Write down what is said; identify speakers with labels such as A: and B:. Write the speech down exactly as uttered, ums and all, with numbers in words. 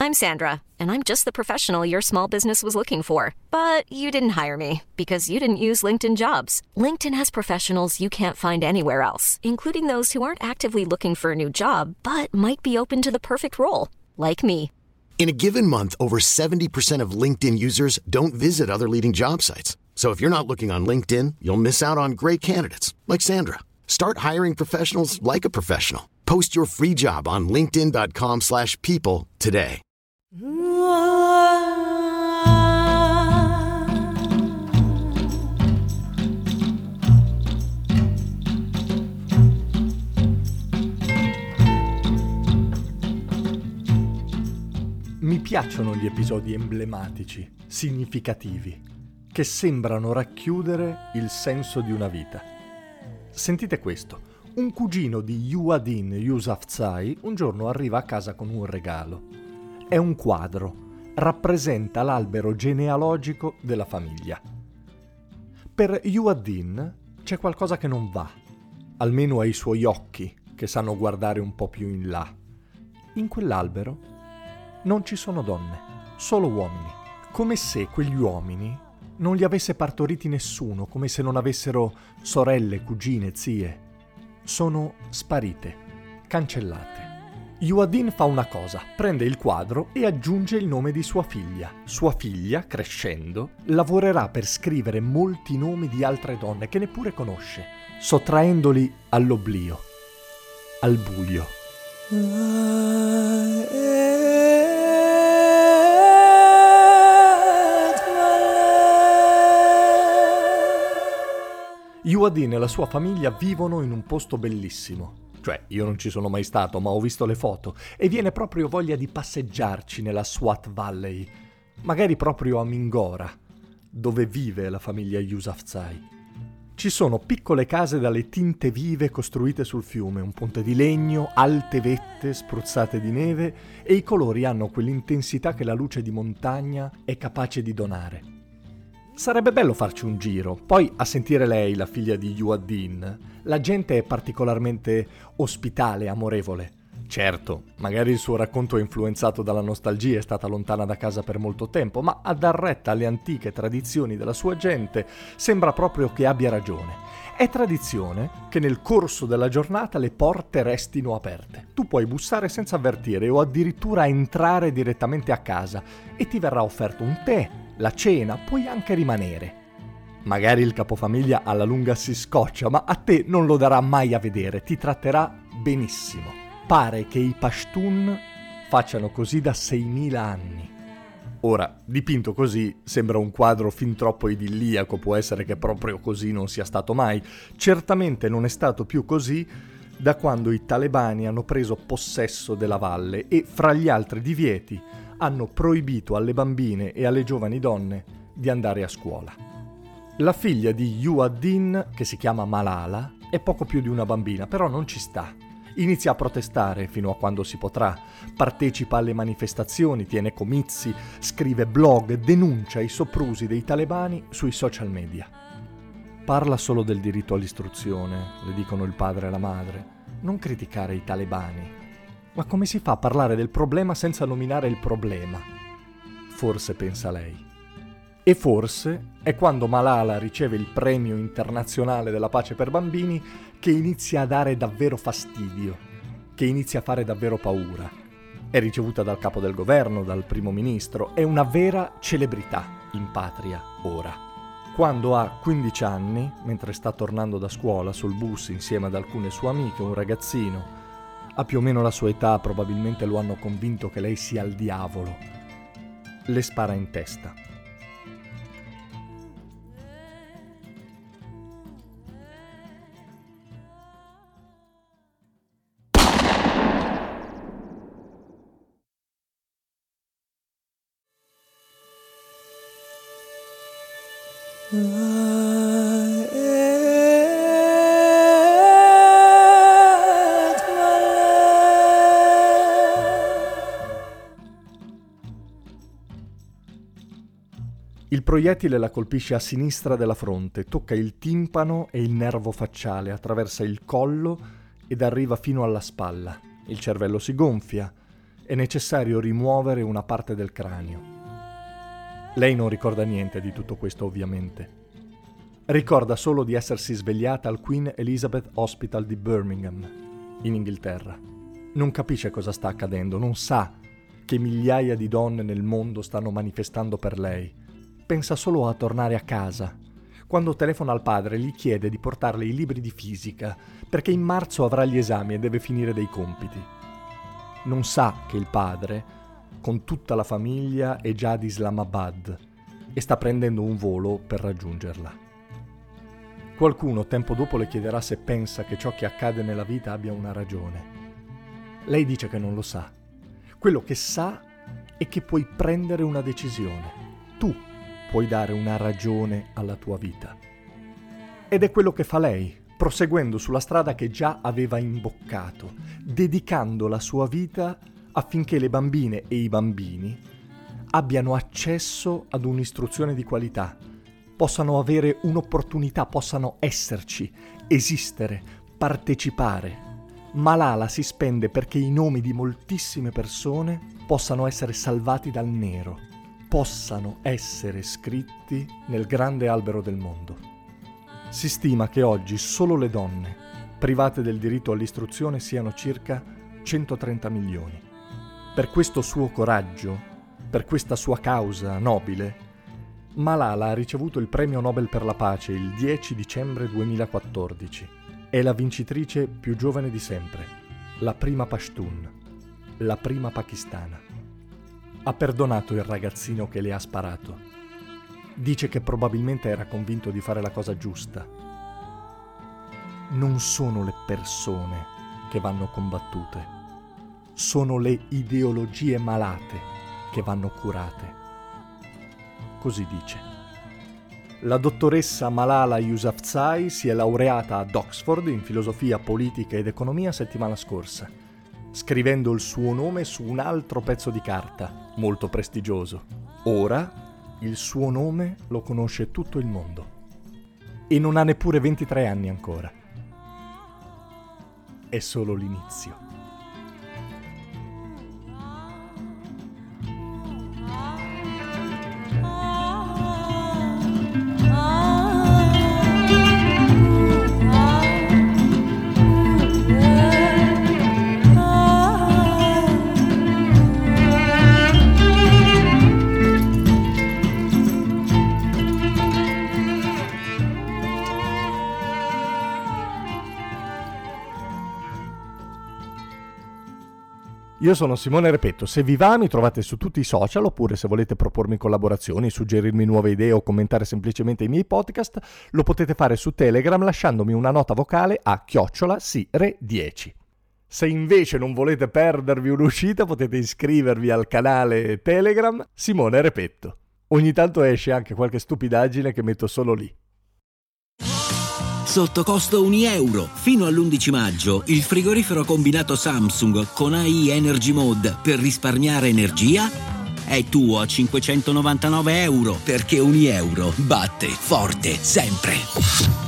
A: I'm Sandra, and I'm just the professional your small business was looking for. But you didn't hire me because you didn't use LinkedIn Jobs. LinkedIn has professionals you can't find anywhere else, including those who aren't actively looking for a new job, but might be open to the perfect role, like me.
B: In a given month, over seventy percent of LinkedIn users don't visit other leading job sites. So if you're not looking on LinkedIn, you'll miss out on great candidates like Sandra. Start hiring professionals like a professional. Post your free job on linkedin.com slash people today.
C: Mi piacciono gli episodi emblematici, significativi, che sembrano racchiudere il senso di una vita. Sentite questo. Un cugino di Yuadin Yousafzai un giorno arriva a casa con un regalo. È un quadro, rappresenta l'albero genealogico della famiglia. Per Yuadin c'è qualcosa che non va, almeno ai suoi occhi, che sanno guardare un po' più in là. In quell'albero non ci sono donne, solo uomini, come se quegli uomini non li avesse partoriti nessuno, come se non avessero sorelle, cugine, zie. Sono sparite, cancellate. Yuadin fa una cosa, prende il quadro e aggiunge il nome di sua figlia. Sua figlia, crescendo, lavorerà per scrivere molti nomi di altre donne che neppure conosce, sottraendoli all'oblio, al buio. Yuadin e la sua famiglia vivono in un posto bellissimo. Cioè, io non ci sono mai stato, ma ho visto le foto e viene proprio voglia di passeggiarci nella Swat Valley, magari proprio a Mingora, dove vive la famiglia Yousafzai. Ci sono piccole case dalle tinte vive costruite sul fiume, un ponte di legno, alte vette spruzzate di neve e i colori hanno quell'intensità che la luce di montagna è capace di donare. Sarebbe bello farci un giro. Poi, a sentire lei, la figlia di Yuadin, la gente è particolarmente ospitale, amorevole. Certo, magari il suo racconto è influenzato dalla nostalgia, è stata lontana da casa per molto tempo, ma a dar retta alle antiche tradizioni della sua gente sembra proprio che abbia ragione. È tradizione che nel corso della giornata le porte restino aperte. Tu puoi bussare senza avvertire o addirittura entrare direttamente a casa e ti verrà offerto un tè, la cena, puoi anche rimanere. Magari il capofamiglia alla lunga si scoccia, ma a te non lo darà mai a vedere, ti tratterà benissimo. Pare che i Pashtun facciano così da seimila anni. Ora, dipinto così, sembra un quadro fin troppo idilliaco, può essere che proprio così non sia stato mai. Certamente non è stato più così da quando i talebani hanno preso possesso della valle e, fra gli altri divieti, hanno proibito alle bambine e alle giovani donne di andare a scuola. La figlia di Yuadin, che si chiama Malala, è poco più di una bambina, però non ci sta. Inizia a protestare fino a quando si potrà, partecipa alle manifestazioni, tiene comizi, scrive blog, denuncia i soprusi dei talebani sui social media. Parla solo del diritto all'istruzione, le dicono il padre e la madre. Non criticare i talebani. Ma come si fa a parlare del problema senza nominare il problema? Forse pensa lei. E forse è quando Malala riceve il premio internazionale della pace per bambini che inizia a dare davvero fastidio, che inizia a fare davvero paura. È ricevuta dal capo del governo, dal primo ministro, è una vera celebrità in patria ora. Quando ha quindici anni, mentre sta tornando da scuola sul bus insieme ad alcune sue amiche, un ragazzino, ha più o meno la sua età, probabilmente lo hanno convinto che lei sia il diavolo, le spara in testa. Il proiettile la colpisce a sinistra della fronte, tocca il timpano e il nervo facciale, attraversa il collo ed arriva fino alla spalla. Il cervello si gonfia È necessario rimuovere una parte del cranio. Lei non ricorda niente di tutto questo, ovviamente. Ricorda solo di essersi svegliata al Queen Elizabeth Hospital di Birmingham, in Inghilterra. Non capisce cosa sta accadendo, non sa che migliaia di donne nel mondo stanno manifestando per lei. Pensa solo a tornare a casa. Quando telefona al padre gli chiede di portarle i libri di fisica, perché in marzo avrà gli esami e deve finire dei compiti. Non sa che il padre, con tutta la famiglia, è già ad Islamabad e sta prendendo un volo per raggiungerla. Qualcuno tempo dopo le chiederà se pensa che ciò che accade nella vita abbia una ragione. Lei dice che non lo sa. Quello che sa è che puoi prendere una decisione. Tu puoi dare una ragione alla tua vita. Ed è quello che fa lei, proseguendo sulla strada che già aveva imboccato, dedicando la sua vita affinché le bambine e i bambini abbiano accesso ad un'istruzione di qualità, possano avere un'opportunità, possano esserci, esistere, partecipare. Malala si spende perché i nomi di moltissime persone possano essere salvati dal nero, possano essere scritti nel grande albero del mondo. Si stima che oggi solo le donne private del diritto all'istruzione siano circa centotrenta milioni. Per questo suo coraggio, per questa sua causa nobile, Malala ha ricevuto il premio Nobel per la pace il dieci dicembre duemilaquattordici. È la vincitrice più giovane di sempre, la prima Pashtun, la prima pakistana. Ha perdonato il ragazzino che le ha sparato. Dice che probabilmente era convinto di fare la cosa giusta. Non sono le persone che vanno combattute, sono le ideologie malate che vanno curate. Così dice. La dottoressa Malala Yousafzai si è laureata ad Oxford in filosofia politica ed economia settimana scorsa, scrivendo il suo nome su un altro pezzo di carta, molto prestigioso. Ora il suo nome lo conosce tutto il mondo. E non ha neppure ventitré anni ancora. È solo l'inizio. Io sono Simone Repetto, se vi va mi trovate su tutti i social, oppure se volete propormi collaborazioni, suggerirmi nuove idee o commentare semplicemente i miei podcast, lo potete fare su Telegram lasciandomi una nota vocale a chiocciola sire dieci. Se invece non volete perdervi un'uscita potete iscrivervi al canale Telegram Simone Repetto. Ogni tanto esce anche qualche stupidaggine che metto solo lì.
D: Sotto costo un euro. Fino all'undici maggio il frigorifero combinato Samsung con A I Energy Mode per risparmiare energia è tuo a cinquecentonovantanove euro, perché un euro batte forte sempre.